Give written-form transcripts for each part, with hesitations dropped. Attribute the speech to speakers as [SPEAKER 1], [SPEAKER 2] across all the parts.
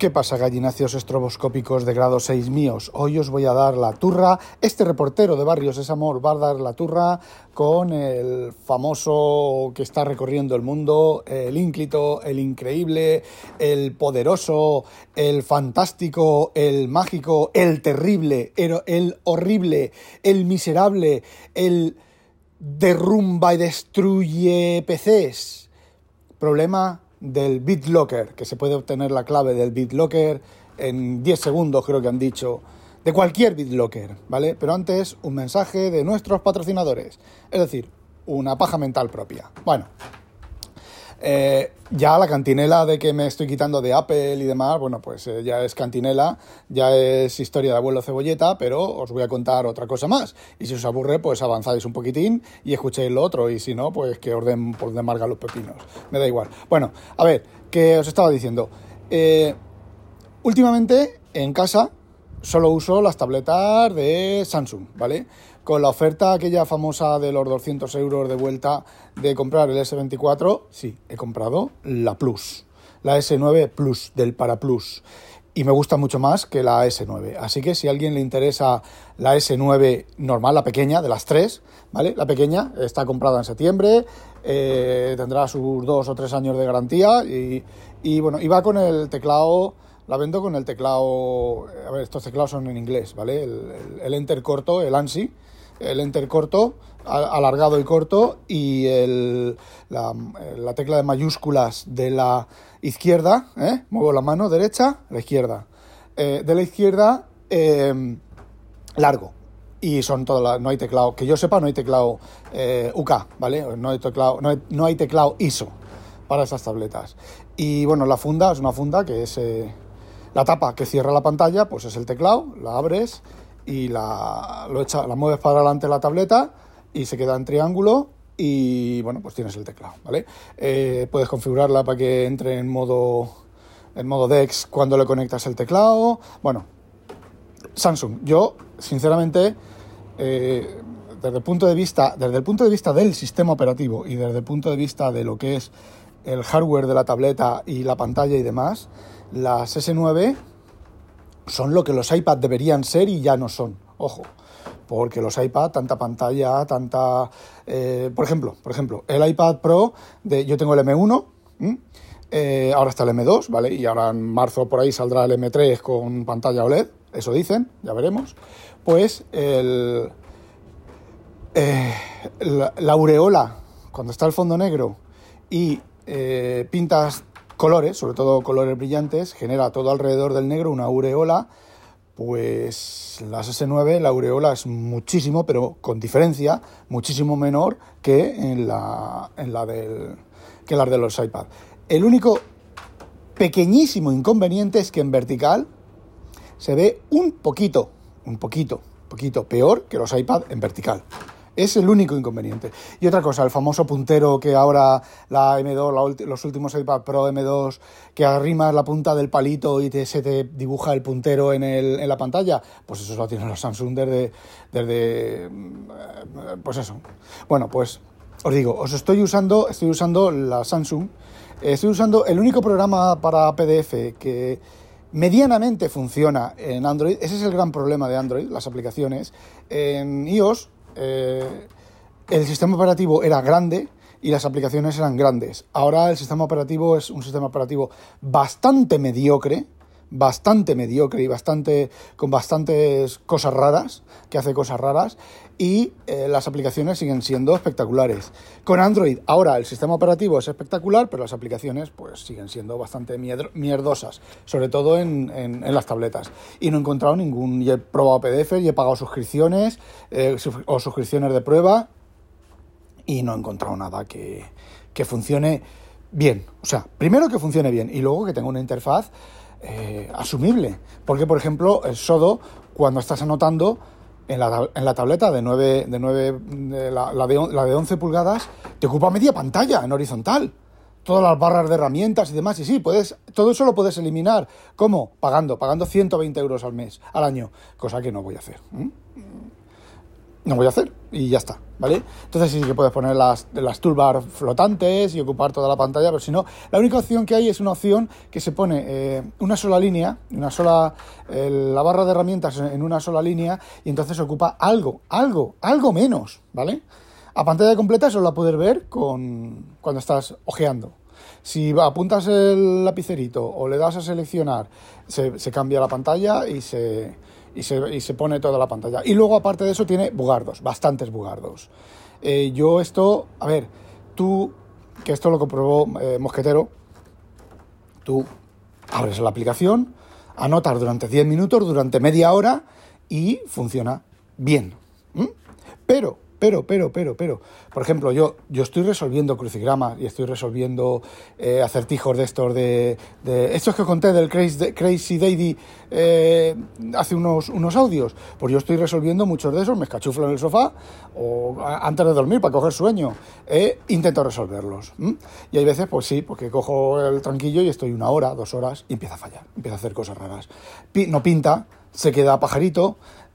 [SPEAKER 1] ¿Qué pasa, gallináceos estroboscópicos de grado 6 míos? Hoy os voy a dar la turra. Este reportero de Barrio Sésamo va a dar la turra con el famoso que está recorriendo el mundo, el ínclito, el increíble, el poderoso, el fantástico, el mágico, el terrible, el horrible, el miserable, el derrumba y destruye PCs. Problema del BitLocker, que se puede obtener la clave del BitLocker en 10 segundos, creo que han dicho, de cualquier BitLocker, ¿vale? Pero antes, un mensaje de nuestros patrocinadores, es decir, una paja mental propia. Bueno, ya la cantinela de que me estoy quitando de Apple y demás, bueno, pues ya es cantinela, ya es historia de abuelo cebolleta, pero os voy a contar otra cosa más. Y si os aburre, pues avanzáis un poquitín y escuchéis lo otro, y si no, pues que os den por de marga los pepinos. Me da igual. Bueno, a ver, que os estaba diciendo. Últimamente, en casa, solo uso las tabletas de Samsung, ¿vale? Con la oferta aquella famosa de los 200 euros de vuelta de comprar el S24, sí, he comprado la Plus, la S9 Plus, del Para Plus, y me gusta mucho más que la S9. Así que si a alguien le interesa la S9 normal, la pequeña, de las tres, ¿vale? La pequeña está comprada en septiembre, tendrá sus 2 o 3 años de garantía y bueno, y va con el teclado. La vendo con el teclado, a ver, estos teclados son en inglés, ¿vale? El Enter corto, el ANSI, el Enter corto, alargado y corto, y la tecla de mayúsculas de la izquierda, muevo la mano derecha, la izquierda, de la izquierda, largo. Y son todas no hay teclado, que yo sepa, no hay teclado UK, ¿vale? No hay teclado ISO para esas tabletas. Y bueno, la funda es una funda que es la tapa que cierra la pantalla, pues es el teclado, la abres y la mueves para adelante la tableta y se queda en triángulo y bueno, pues tienes el teclado, ¿vale? Puedes configurarla para que entre en modo DeX cuando le conectas el teclado. Bueno, Samsung, yo sinceramente desde el punto de vista del sistema operativo y desde el punto de vista de lo que es el hardware de la tableta y la pantalla y demás, las S9 son lo que los iPad deberían ser y ya no son. Ojo, porque los iPad, tanta pantalla, por ejemplo, el iPad Pro, yo tengo el M1, ahora está el M2, ¿vale? Y ahora en marzo por ahí saldrá el M3 con pantalla OLED, eso dicen, ya veremos. Pues la aureola, cuando está el fondo negro y pintas colores, sobre todo colores brillantes, genera todo alrededor del negro una aureola. Pues las S9, la aureola es muchísimo, pero con diferencia, muchísimo menor que las de los iPad. El único pequeñísimo inconveniente es que en vertical se ve un poquito peor que los iPad en vertical. Es el único inconveniente. Y otra cosa, el famoso puntero que ahora la M2, los últimos iPad Pro M2, que arrimas la punta del palito y se te dibuja el puntero en la pantalla, pues eso lo tienen los Samsung desde pues eso. Bueno, pues os digo, estoy usando la Samsung, estoy usando el único programa para PDF que medianamente funciona en Android. Ese es el gran problema de Android, las aplicaciones. En iOS el sistema operativo era grande y las aplicaciones eran grandes. Ahora el sistema operativo es un sistema operativo bastante mediocre y con bastantes cosas raras, que hace cosas raras, y las aplicaciones siguen siendo espectaculares. Con Android ahora el sistema operativo es espectacular, pero las aplicaciones pues siguen siendo bastante mierdosas, sobre todo en las tabletas. Y no he encontrado y he probado PDF y he pagado suscripciones o suscripciones de prueba y no he encontrado nada que funcione bien. O sea, primero que funcione bien y luego que tenga una interfaz asumible, porque por ejemplo el Sodo, cuando estás anotando en la tableta de 9 la de 11 pulgadas, te ocupa media pantalla en horizontal, todas las barras de herramientas y demás, y sí, todo eso lo puedes eliminar. ¿Cómo? Pagando 120 euros al año, cosa que no voy a hacer. no voy a hacer y ya está, ¿vale? Entonces sí que puedes poner las toolbar flotantes y ocupar toda la pantalla, pero si no, la única opción que hay es una opción que se pone una sola línea, la barra de herramientas en una sola línea, y entonces ocupa algo menos, ¿vale? A pantalla completa solo la puedes ver cuando estás ojeando. Si apuntas el lapicerito o le das a seleccionar, se cambia la pantalla y se pone toda la pantalla. Y luego, aparte de eso, tiene bugardos, bastantes bugardos. Yo esto, a ver, que esto lo comprobó Mosquetero, tú abres la aplicación, anotas durante 10 minutos, durante media hora y funciona bien. Pero, por ejemplo, yo estoy resolviendo crucigramas y estoy resolviendo acertijos de estos que conté del Crazy Daddy hace unos audios. Pues yo estoy resolviendo muchos de esos, me escachuflo en el sofá o antes de dormir para coger sueño, intento resolverlos. Y hay veces, pues sí, porque cojo el tranquillo y estoy 1 hora, 2 horas y empieza a fallar, empieza a hacer cosas raras. No pinta, se queda pajarito,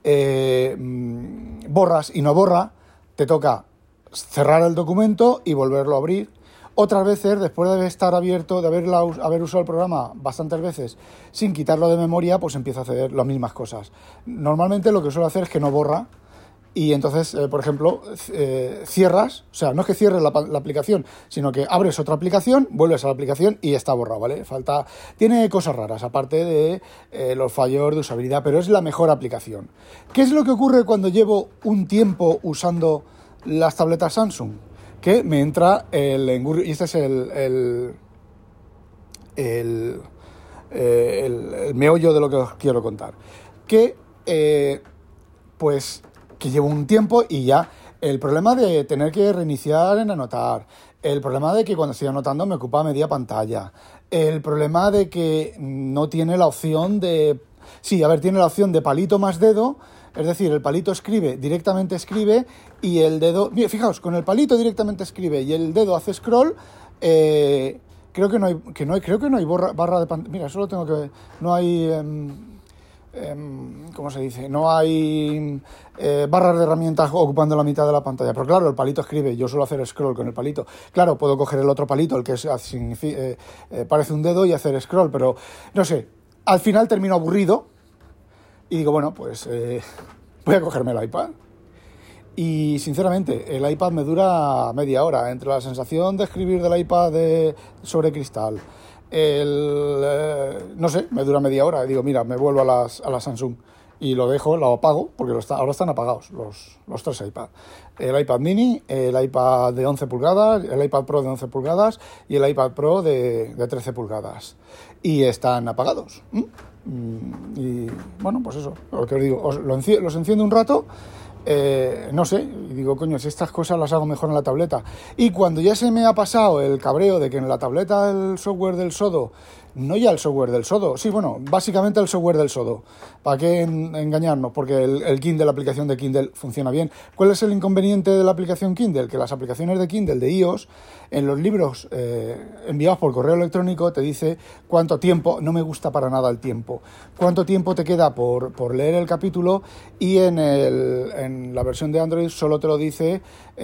[SPEAKER 1] borras y no borra. Te toca cerrar el documento y volverlo a abrir. Otras veces, después de estar abierto, de haber usado el programa bastantes veces sin quitarlo de memoria, pues empieza a hacer las mismas cosas. Normalmente lo que suelo hacer es que no borra y entonces, por ejemplo, cierras, o sea, no es que cierres la aplicación, sino que abres otra aplicación, vuelves a la aplicación y está borrado, ¿vale? Tiene cosas raras, aparte de los fallos de usabilidad, pero es la mejor aplicación. ¿Qué es lo que ocurre cuando llevo un tiempo usando las tabletas Samsung? Que me entra el engurrio, y este es el meollo de lo que os quiero contar. Que llevo un tiempo y ya el problema de tener que reiniciar en anotar, el problema de que cuando estoy anotando me ocupa media pantalla, el problema de que no tiene la opción de... Sí, a ver, tiene la opción de palito más dedo, es decir, el palito directamente escribe y el dedo... Mira, fijaos, con el palito directamente escribe y el dedo hace scroll. Creo que no hay barra de pantalla. Mira, solo tengo que... No hay... ¿cómo se dice? No hay barras de herramientas ocupando la mitad de la pantalla. Pero claro, el palito escribe, yo suelo hacer scroll con el palito. Claro, puedo coger el otro palito, el que parece un dedo, y hacer scroll, pero no sé. Al final termino aburrido y digo, bueno, pues voy a cogerme el iPad. Y sinceramente, el iPad me dura media hora, entre la sensación de escribir del iPad sobre cristal, no sé, me dura media hora. Y digo, mira, me vuelvo a la Samsung y lo dejo, lo apago, porque ahora están apagados los 3 iPad. El iPad mini, el iPad de 11 pulgadas, el iPad Pro de 11 pulgadas y el iPad Pro de 13 pulgadas. Y están apagados. Y bueno, pues eso, lo que os digo, los enciendo un rato. No sé, y digo, coño, si estas cosas las hago mejor en la tableta. Y cuando ya se me ha pasado el cabreo de que en la tableta el software del Sodo, no ya el software del Sodo, sí, bueno, básicamente el software del Sodo, ¿para qué engañarnos? Porque el Kindle, la aplicación de Kindle, funciona bien. ¿Cuál es el inconveniente de la aplicación Kindle? Que las aplicaciones de Kindle, de iOS, en los libros enviados por correo electrónico te dice cuánto tiempo, no me gusta para nada el tiempo, cuánto tiempo te queda por leer el capítulo, y en la versión de Android solo te lo dice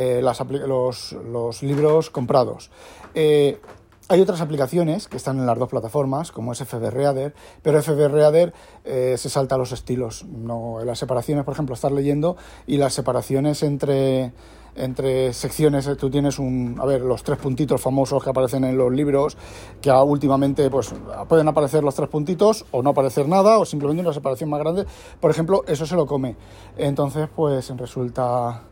[SPEAKER 1] los libros comprados. Hay otras aplicaciones que están en las dos plataformas, como es FB Reader, pero FB Reader se salta los estilos. No, en las separaciones, por ejemplo, estás leyendo y las separaciones entre secciones, tú tienes los 3 puntitos famosos que aparecen en los libros, que últimamente pues pueden aparecer los 3 puntitos o no aparecer nada, o simplemente una separación más grande. Por ejemplo, eso se lo come. Entonces, pues resulta,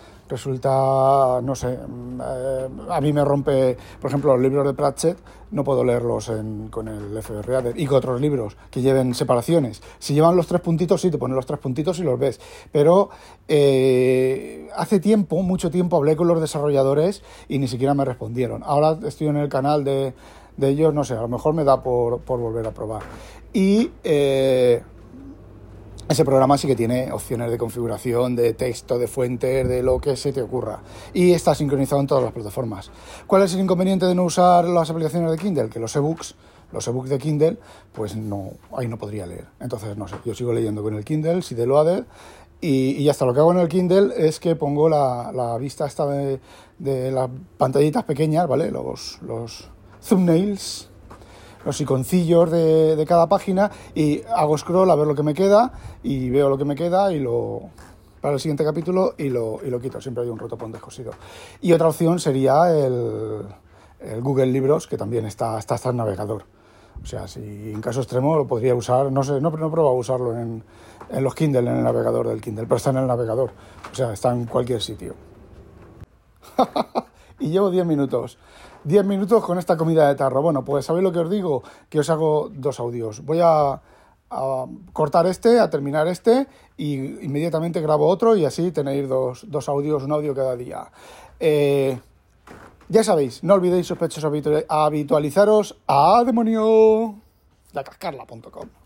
[SPEAKER 1] no sé, a mí me rompe, por ejemplo, los libros de Pratchett, no puedo leerlos con el FB Reader, y con otros libros que lleven separaciones. Si llevan los 3 puntitos, sí, te ponen los 3 puntitos y los ves. Pero hace tiempo, mucho tiempo, hablé con los desarrolladores y ni siquiera me respondieron. Ahora estoy en el canal de ellos, no sé, a lo mejor me da por volver a probar. Y... ese programa sí que tiene opciones de configuración, de texto, de fuentes, de lo que se te ocurra. Y está sincronizado en todas las plataformas. ¿Cuál es el inconveniente de no usar las aplicaciones de Kindle? Que los ebooks de Kindle, pues no, ahí no podría leer. Entonces, no sé, yo sigo leyendo con el Kindle, si de Loaded, Y ya está. Lo que hago en el Kindle es que pongo la vista esta de las pantallitas pequeñas, ¿vale? Los thumbnails, los iconcillos de cada página, y hago scroll a ver lo que me queda, y veo lo que me queda y para el siguiente capítulo y lo quito. Siempre hay un rotopón descosido. Y otra opción sería el Google Libros, que también está hasta el navegador. O sea, si en caso extremo lo podría usar, no sé, no he probado a usarlo en los Kindle, en el navegador del Kindle, pero está en el navegador. O sea, está en cualquier sitio. Y llevo 10 minutos. 10 minutos con esta comida de tarro. Bueno, pues ¿sabéis lo que os digo? Que os hago 2 audios. Voy a cortar a terminar y inmediatamente grabo otro, y así tenéis dos audios, un audio cada día. Ya sabéis, no olvidéis, sospechosos, habitualizaros a demonio, lacascarla.com.